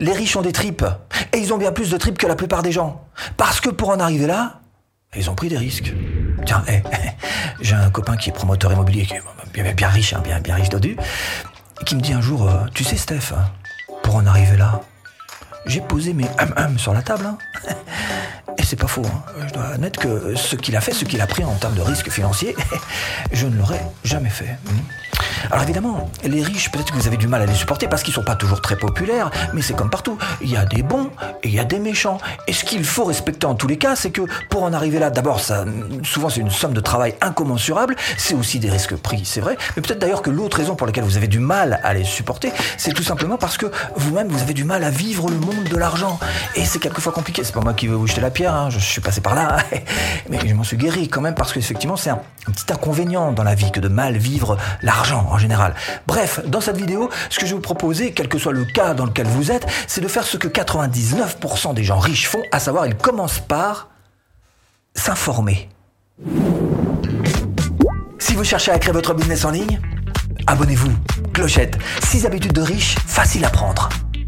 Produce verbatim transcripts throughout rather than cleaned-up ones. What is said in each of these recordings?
Les riches ont des tripes. Et ils ont bien plus de tripes que la plupart des gens. Parce que pour en arriver là, ils ont pris des risques. Tiens, hey, j'ai un copain qui est promoteur immobilier, qui est bien, bien riche, hein, bien, bien riche dodu, qui me dit un jour, euh, tu sais Steph, pour en arriver là, j'ai posé mes hum hum sur la table. Hein. Et c'est pas faux. Hein. Je dois admettre que ce qu'il a fait, ce qu'il a pris en termes de risque financier, je ne l'aurais jamais fait. Alors évidemment, les riches, peut-être que vous avez du mal à les supporter parce qu'ils sont pas toujours très populaires, mais c'est comme partout. Il y a des bons et il y a des méchants. Et ce qu'il faut respecter en tous les cas, c'est que pour en arriver là, d'abord, ça, souvent c'est une somme de travail incommensurable, c'est aussi des risques pris, c'est vrai. Mais peut-être d'ailleurs que l'autre raison pour laquelle vous avez du mal à les supporter, c'est tout simplement parce que vous-même, vous avez du mal à vivre le monde de l'argent. Et c'est quelquefois compliqué. C'est pas moi qui veux vous jeter la pierre, hein. Je suis passé par là, mais je m'en suis guéri quand même parce qu'effectivement, c'est un, un petit inconvénient dans la vie que de mal vivre l'argent en général. Bref, dans cette vidéo, ce que je vais vous proposer, quel que soit le cas dans lequel vous êtes, c'est de faire ce que quatre-vingt-dix-neuf pour cent des gens riches font, à savoir, ils commencent par s'informer. Si vous cherchez à créer votre business en ligne, abonnez-vous. Clochette. six habitudes de riches, faciles à prendre.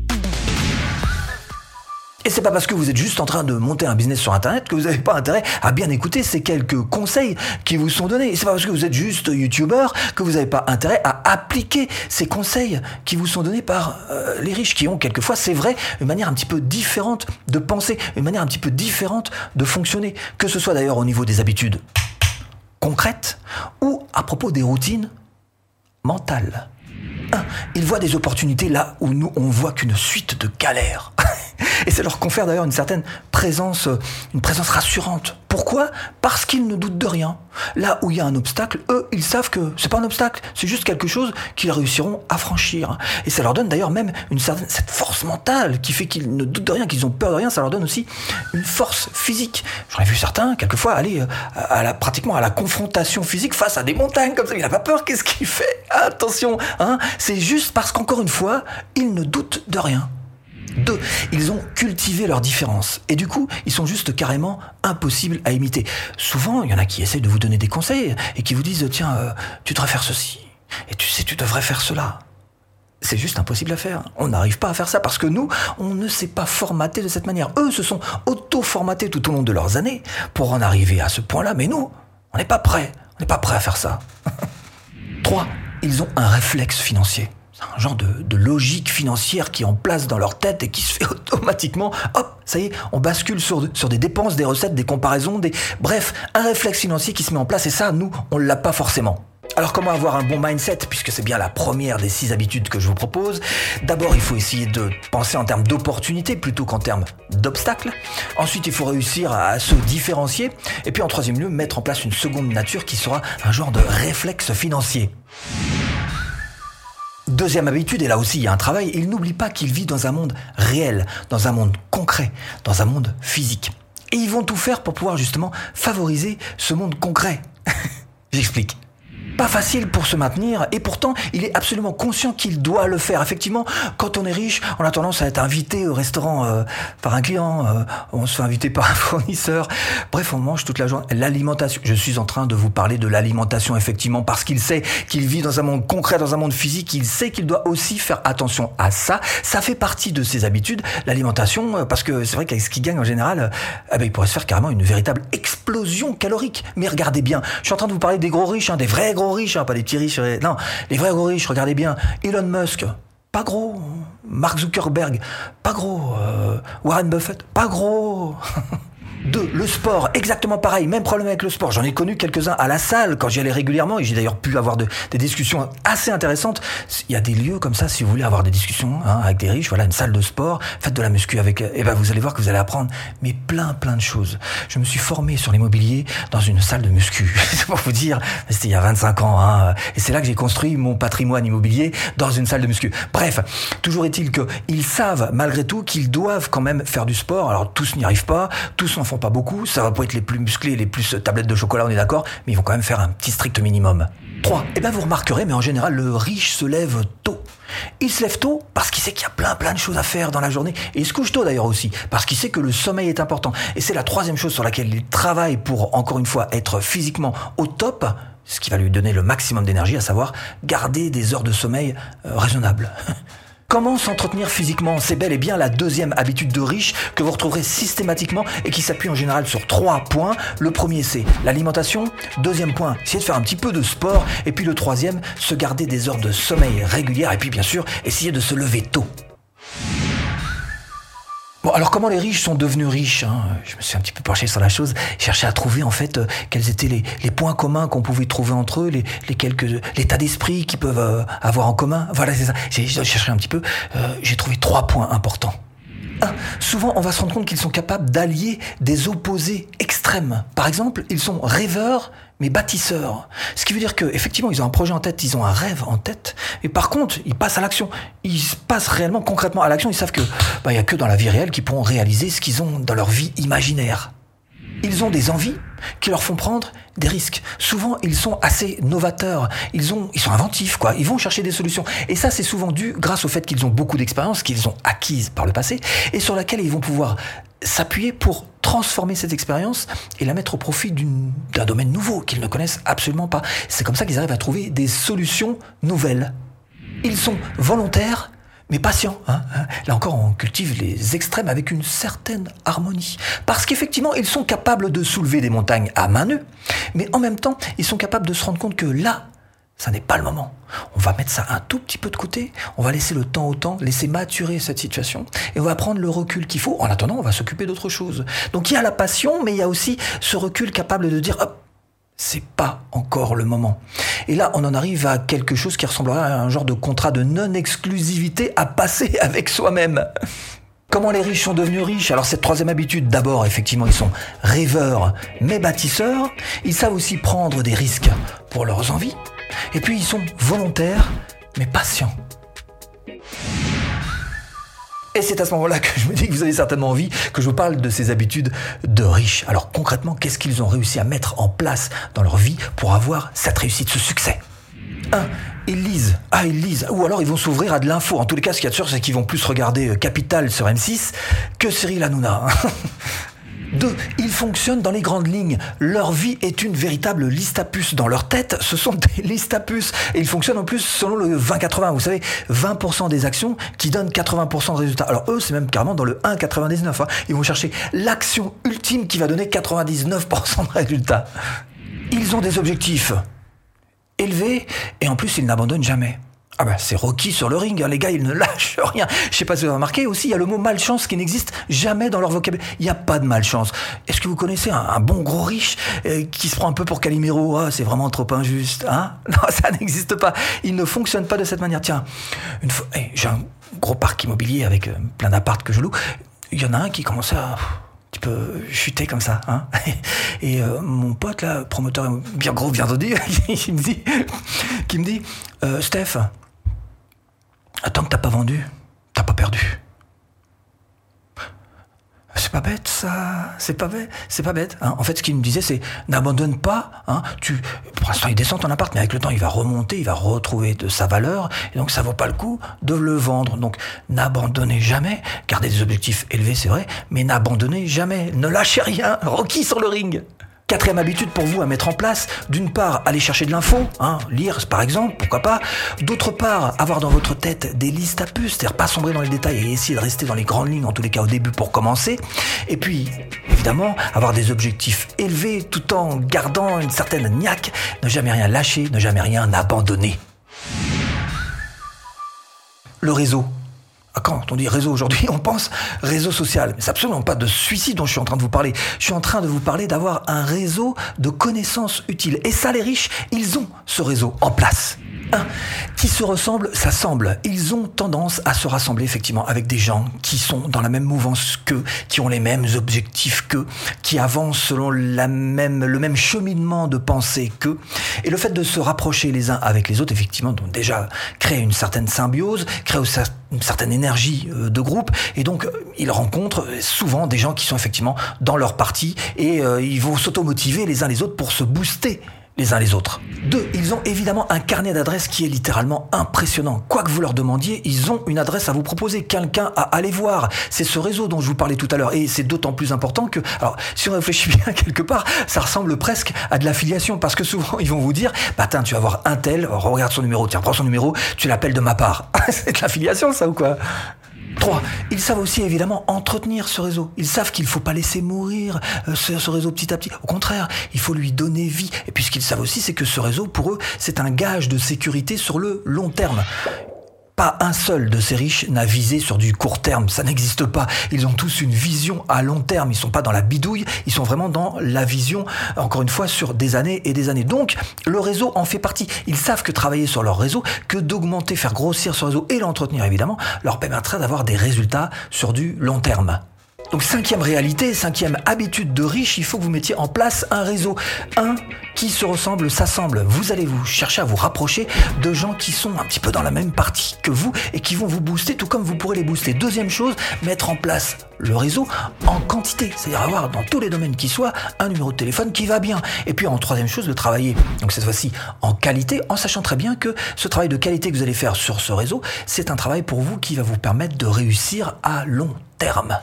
Et c'est pas parce que vous êtes juste en train de monter un business sur Internet que vous n'avez pas intérêt à bien écouter ces quelques conseils qui vous sont donnés. Et c'est pas parce que vous êtes juste youtubeur que vous n'avez pas intérêt à appliquer ces conseils qui vous sont donnés par euh, les riches qui ont quelquefois, c'est vrai, une manière un petit peu différente de penser, une manière un petit peu différente de fonctionner. Que ce soit d'ailleurs au niveau des habitudes concrètes ou à propos des routines mentales. Un, ils voient des opportunités là où nous, on voit qu'une suite de galères. Et ça leur confère d'ailleurs une certaine présence, une présence rassurante. Pourquoi ? Parce qu'ils ne doutent de rien. Là où il y a un obstacle, eux, ils savent que c'est pas un obstacle, c'est juste quelque chose qu'ils réussiront à franchir. Et ça leur donne d'ailleurs même une certaine, cette force mentale qui fait qu'ils ne doutent de rien, qu'ils ont peur de rien, ça leur donne aussi une force physique. J'en ai vu certains, quelquefois, aller à la, pratiquement à la confrontation physique face à des montagnes comme ça. Il n'a pas peur, qu'est-ce qu'il fait ? Attention, hein ? C'est juste parce qu'encore une fois, ils ne doutent de rien. Deux, ils ont cultivé leurs différences. Et du coup, ils sont juste carrément impossibles à imiter. Souvent, il y en a qui essaient de vous donner des conseils et qui vous disent « Tiens, euh, tu devrais faire ceci. Et tu sais, tu devrais faire cela. » C'est juste impossible à faire. On n'arrive pas à faire ça parce que nous, on ne s'est pas formaté de cette manière. Eux se sont auto-formatés tout au long de leurs années pour en arriver à ce point-là. Mais nous, on n'est pas prêts. On n'est pas prêts à faire ça. Trois, ils ont un réflexe financier. Un genre de, de logique financière qui est en place dans leur tête et qui se fait automatiquement. Hop, ça y est, on bascule sur, sur des dépenses, des recettes, des comparaisons, des... Bref, un réflexe financier qui se met en place et ça, nous, on ne l'a pas forcément. Alors comment avoir un bon mindset, puisque c'est bien la première des six habitudes que je vous propose. D'abord, il faut essayer de penser en termes d'opportunités plutôt qu'en termes d'obstacles. Ensuite, il faut réussir à se différencier. Et puis en troisième lieu, mettre en place une seconde nature qui sera un genre de réflexe financier. Deuxième habitude, et là aussi il y a un travail, il n'oublie pas qu'il vit dans un monde réel, dans un monde concret, dans un monde physique. Et ils vont tout faire pour pouvoir justement favoriser ce monde concret. J'explique. Pas facile pour se maintenir et pourtant il est absolument conscient qu'il doit le faire. Effectivement, quand on est riche, on a tendance à être invité au restaurant euh, par un client, euh, on se fait inviter par un fournisseur. Bref, on mange toute la journée. L'alimentation. Je suis en train de vous parler de l'alimentation effectivement parce qu'il sait qu'il vit dans un monde concret, dans un monde physique. Il sait qu'il doit aussi faire attention à ça. Ça fait partie de ses habitudes, l'alimentation, parce que c'est vrai qu'avec ce qu'il gagne en général, euh, eh ben, il pourrait se faire carrément une véritable explosion calorique. Mais regardez bien, je suis en train de vous parler des gros riches, hein, des vrais gros riches, hein, pas des petits riches, non, les vrais gros riches, regardez bien, Elon Musk, pas gros, Mark Zuckerberg, pas gros, euh, Warren Buffett, pas gros. Deux, le sport, exactement pareil, même problème avec le sport. J'en ai connu quelques-uns à la salle quand j'y allais régulièrement et j'ai d'ailleurs pu avoir de, des discussions assez intéressantes. Il y a des lieux comme ça, si vous voulez avoir des discussions hein, avec des riches, voilà, une salle de sport, faites de la muscu avec, et ben vous allez voir que vous allez apprendre mais plein plein de choses. Je me suis formé sur l'immobilier dans une salle de muscu. C'est pour vous dire, c'était il y a vingt-cinq ans, hein, et c'est là que j'ai construit mon patrimoine immobilier dans une salle de muscu. Bref, toujours est-il que ils savent malgré tout qu'ils doivent quand même faire du sport. Alors tous n'y arrivent pas, tous en font pas beaucoup, ça va pas être les plus musclés, les plus tablettes de chocolat, on est d'accord, mais ils vont quand même faire un petit strict minimum. Trois, et ben vous remarquerez, mais en général, le riche se lève tôt. Il se lève tôt parce qu'il sait qu'il y a plein plein de choses à faire dans la journée. Et il se couche tôt d'ailleurs aussi, parce qu'il sait que le sommeil est important. Et c'est la troisième chose sur laquelle il travaille pour, encore une fois, être physiquement au top, ce qui va lui donner le maximum d'énergie, à savoir garder des heures de sommeil euh, raisonnables. Comment s'entretenir physiquement? C'est bel et bien la deuxième habitude de riche que vous retrouverez systématiquement et qui s'appuie en général sur trois points. Le premier, c'est l'alimentation. Deuxième point, essayer de faire un petit peu de sport. Et puis le troisième, se garder des heures de sommeil régulières. Et puis bien sûr, essayer de se lever tôt. Bon, alors comment les riches sont devenus riches, hein? Je me suis un petit peu penché sur la chose, cherché à trouver en fait euh, quels étaient les, les points communs qu'on pouvait trouver entre eux, les, les quelques l'état d'esprit qu'ils peuvent euh, avoir en commun. Voilà, c'est ça. J'ai, j'ai cherché un petit peu, euh, j'ai trouvé trois points importants. Un, souvent on va se rendre compte qu'ils sont capables d'allier des opposés extrêmes. Par exemple, ils sont rêveurs mais bâtisseurs. Ce qui veut dire qu'effectivement, ils ont un projet en tête, ils ont un rêve en tête, et par contre, ils passent à l'action. Ils passent réellement, concrètement à l'action. Ils savent que bah, y a que dans la vie réelle qu'ils pourront réaliser ce qu'ils ont dans leur vie imaginaire. Ils ont des envies qui leur font prendre des risques. Souvent, ils sont assez novateurs. Ils ont, ils sont inventifs, quoi. Ils vont chercher des solutions. Et ça, c'est souvent dû grâce au fait qu'ils ont beaucoup d'expérience qu'ils ont acquise par le passé et sur laquelle ils vont pouvoir s'appuyer pour transformer cette expérience et la mettre au profit d'une, d'un domaine nouveau qu'ils ne connaissent absolument pas. C'est comme ça qu'ils arrivent à trouver des solutions nouvelles. Ils sont volontaires, mais patients. Hein, hein. Là encore, on cultive les extrêmes avec une certaine harmonie. Parce qu'effectivement, ils sont capables de soulever des montagnes à main nue, mais en même temps, ils sont capables de se rendre compte que là, ça n'est pas le moment. On va mettre ça un tout petit peu de côté, on va laisser le temps au temps, laisser maturer cette situation, et on va prendre le recul qu'il faut. En attendant, on va s'occuper d'autre chose. Donc il y a la passion, mais il y a aussi ce recul capable de dire hop, c'est pas encore le moment. Et là, on en arrive à quelque chose qui ressemblera à un genre de contrat de non-exclusivité à passer avec soi-même. Comment les riches sont devenus riches? Alors cette troisième habitude, d'abord, effectivement, ils sont rêveurs, mais bâtisseurs. Ils savent aussi prendre des risques pour leurs envies. Et puis, ils sont volontaires, mais patients. Et c'est à ce moment-là que je me dis que vous avez certainement envie que je vous parle de ces habitudes de riches. Alors concrètement, qu'est-ce qu'ils ont réussi à mettre en place dans leur vie pour avoir cette réussite, ce succès? Un, ils lisent. Ah, ils lisent. Ou alors ils vont s'ouvrir à de l'info. En tous les cas, ce qu'il y a de sûr, c'est qu'ils vont plus regarder Capital sur M six que Cyril Hanouna. Deux, ils fonctionnent dans les grandes lignes. Leur vie est une véritable liste à puces. Dans leur tête, ce sont des listes à puces. Et ils fonctionnent en plus selon le vingt quatre-vingts. Vous savez, vingt pour cent des actions qui donnent quatre-vingts pour cent de résultats. Alors eux, c'est même carrément dans le un virgule quatre-vingt-dix-neuf. Hein. Ils vont chercher l'action ultime qui va donner quatre-vingt-dix-neuf pour cent de résultats. Ils ont des objectifs élevés et en plus, ils n'abandonnent jamais. Ah ben c'est Rocky sur le ring, hein. Les gars ils ne lâchent rien. Je sais pas si vous avez remarqué aussi, il y a le mot malchance qui n'existe jamais dans leur vocabulaire. Il n'y a pas de malchance. Est-ce que vous connaissez un, un bon gros riche euh, qui se prend un peu pour Calimero? Ah, c'est vraiment trop injuste, hein? Non, ça n'existe pas. Il ne fonctionne pas de cette manière. Tiens, une fois, hey, j'ai un gros parc immobilier avec euh, plein d'apparts que je loue. Il y en a un qui commençait à un petit peu chuter comme ça, hein. Et euh, mon pote là, promoteur bien gros, bien entendu, il me dit, qui me dit, euh, Steph. Tant que t'as pas vendu, t'as pas perdu. C'est pas bête, ça. C'est pas bête. C'est pas bête. Hein. En fait, ce qu'il me disait, c'est n'abandonne pas. Hein. Tu, pour l'instant, il descend ton appart, mais avec le temps, il va remonter, il va retrouver de sa valeur, et donc ça vaut pas le coup de le vendre. Donc, n'abandonnez jamais. Gardez des objectifs élevés, c'est vrai, mais n'abandonnez jamais. Ne lâchez rien. Rocky sur le ring. Quatrième habitude pour vous à mettre en place, d'une part, aller chercher de l'info, hein, lire par exemple, pourquoi pas. D'autre part, avoir dans votre tête des listes à puces, c'est-à-dire pas sombrer dans les détails et essayer de rester dans les grandes lignes, en tous les cas au début pour commencer. Et puis, évidemment, avoir des objectifs élevés tout en gardant une certaine niaque, ne jamais rien lâcher, ne jamais rien abandonner. Le réseau. Quand on dit réseau aujourd'hui, on pense réseau social. Mais c'est absolument pas de suicide dont je suis en train de vous parler. Je suis en train de vous parler d'avoir un réseau de connaissances utiles. Et ça, les riches, ils ont ce réseau en place. Un, qui se ressemblent, s'assemblent. Ils ont tendance à se rassembler effectivement avec des gens qui sont dans la même mouvance qu'eux, qui ont les mêmes objectifs qu'eux, qui avancent selon la même, le même cheminement de pensée qu'eux. Et le fait de se rapprocher les uns avec les autres, effectivement, donc déjà crée une certaine symbiose, crée aussi une certaine énergie de groupe. Et donc, ils rencontrent souvent des gens qui sont effectivement dans leur parti et euh, ils vont s'automotiver les uns les autres pour se booster les uns les autres. Deux, ils ont évidemment un carnet d'adresses qui est littéralement impressionnant. Quoi que vous leur demandiez, ils ont une adresse à vous proposer, quelqu'un à aller voir. C'est ce réseau dont je vous parlais tout à l'heure et c'est d'autant plus important que, alors si on réfléchit bien quelque part, ça ressemble presque à de l'affiliation parce que souvent ils vont vous dire, bah tiens, tu vas voir un tel, regarde son numéro, tiens, prends son numéro, tu l'appelles de ma part. C'est de l'affiliation ça ou quoi ? Trois, ils savent aussi évidemment entretenir ce réseau. Ils savent qu'il ne faut pas laisser mourir euh, ce, ce réseau petit à petit. Au contraire, il faut lui donner vie. Et puis ce qu'ils savent aussi, c'est que ce réseau, pour eux, c'est un gage de sécurité sur le long terme. Pas un seul de ces riches n'a visé sur du court terme, ça n'existe pas. Ils ont tous une vision à long terme, ils sont pas dans la bidouille, ils sont vraiment dans la vision, encore une fois, sur des années et des années. Donc, le réseau en fait partie. Ils savent que travailler sur leur réseau, que d'augmenter, faire grossir ce réseau et l'entretenir évidemment, leur permettra d'avoir des résultats sur du long terme. Donc cinquième réalité, cinquième habitude de riche, il faut que vous mettiez en place un réseau. Un qui se ressemble, s'assemble. Vous allez vous chercher à vous rapprocher de gens qui sont un petit peu dans la même partie que vous et qui vont vous booster tout comme vous pourrez les booster. Deuxième chose, mettre en place le réseau en quantité. C'est-à-dire avoir dans tous les domaines qui soient un numéro de téléphone qui va bien. Et puis en troisième chose, le travailler. Donc cette fois-ci en qualité, en sachant très bien que ce travail de qualité que vous allez faire sur ce réseau, c'est un travail pour vous qui va vous permettre de réussir à long terme.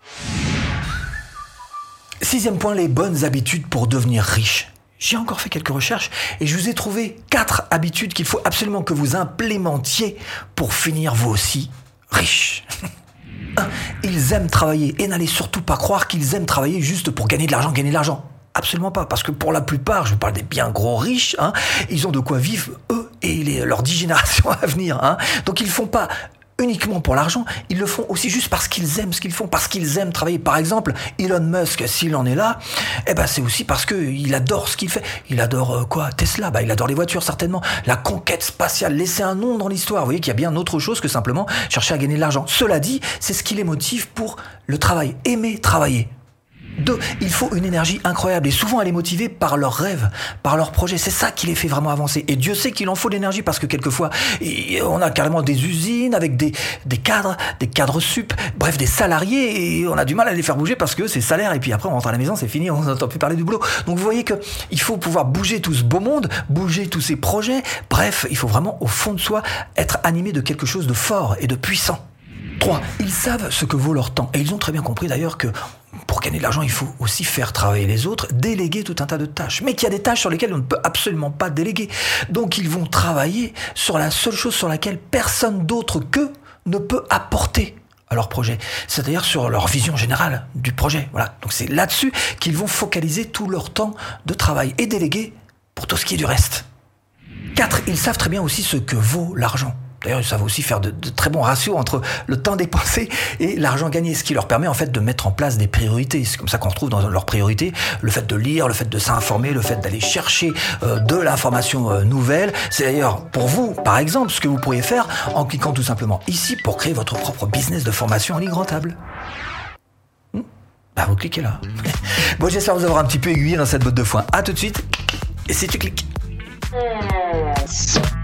Sixième point, les bonnes habitudes pour devenir riche. J'ai encore fait quelques recherches et je vous ai trouvé quatre habitudes qu'il faut absolument que vous implémentiez pour finir vous aussi riche. Un, ils aiment travailler et n'allez surtout pas croire qu'ils aiment travailler juste pour gagner de l'argent, gagner de l'argent. Absolument pas, parce que pour la plupart, je vous parle des bien gros riches, hein, ils ont de quoi vivre eux et les, leurs dix générations à venir. Hein. Donc ils font pas uniquement pour l'argent, ils le font aussi juste parce qu'ils aiment ce qu'ils font, parce qu'ils aiment travailler. Par exemple, Elon Musk, s'il en est là, eh ben c'est aussi parce que il adore ce qu'il fait. Il adore euh, quoi ? Tesla, bah il adore les voitures certainement. La conquête spatiale, laisser un nom dans l'histoire. Vous voyez qu'il y a bien autre chose que simplement chercher à gagner de l'argent. Cela dit, c'est ce qui les motive pour le travail, aimer travailler. Deux, il faut une énergie incroyable et souvent elle est motivée par leurs rêves, par leurs projets. C'est ça qui les fait vraiment avancer. Et Dieu sait qu'il en faut de l'énergie parce que quelquefois, on a carrément des usines avec des, des cadres, des cadres sup, bref, des salariés et on a du mal à les faire bouger parce que c'est salaire et puis après on rentre à la maison, c'est fini, on n'entend plus parler du boulot. Donc vous voyez que il faut pouvoir bouger tout ce beau monde, bouger tous ces projets. Bref, il faut vraiment au fond de soi être animé de quelque chose de fort et de puissant. Trois, ils savent ce que vaut leur temps. Et ils ont très bien compris d'ailleurs que pour gagner de l'argent, il faut aussi faire travailler les autres, déléguer tout un tas de tâches. Mais qu'il y a des tâches sur lesquelles on ne peut absolument pas déléguer. Donc ils vont travailler sur la seule chose sur laquelle personne d'autre qu'eux ne peut apporter à leur projet. C'est-à-dire sur leur vision générale du projet. Voilà. Donc c'est là-dessus qu'ils vont focaliser tout leur temps de travail et déléguer pour tout ce qui est du reste. Quatre, ils savent très bien aussi ce que vaut l'argent. D'ailleurs, ils savent aussi faire de, de très bons ratios entre le temps dépensé et l'argent gagné, ce qui leur permet en fait de mettre en place des priorités. C'est comme ça qu'on retrouve dans leurs priorités le fait de lire, le fait de s'informer, le fait d'aller chercher euh, de l'information euh, nouvelle. C'est d'ailleurs pour vous, par exemple, ce que vous pourriez faire en cliquant tout simplement ici pour créer votre propre business de formation en ligne rentable. Hmm bah, vous cliquez là. Bon, j'espère vous avoir un petit peu aiguillé dans cette botte de foin. À tout de suite. Et si tu cliques.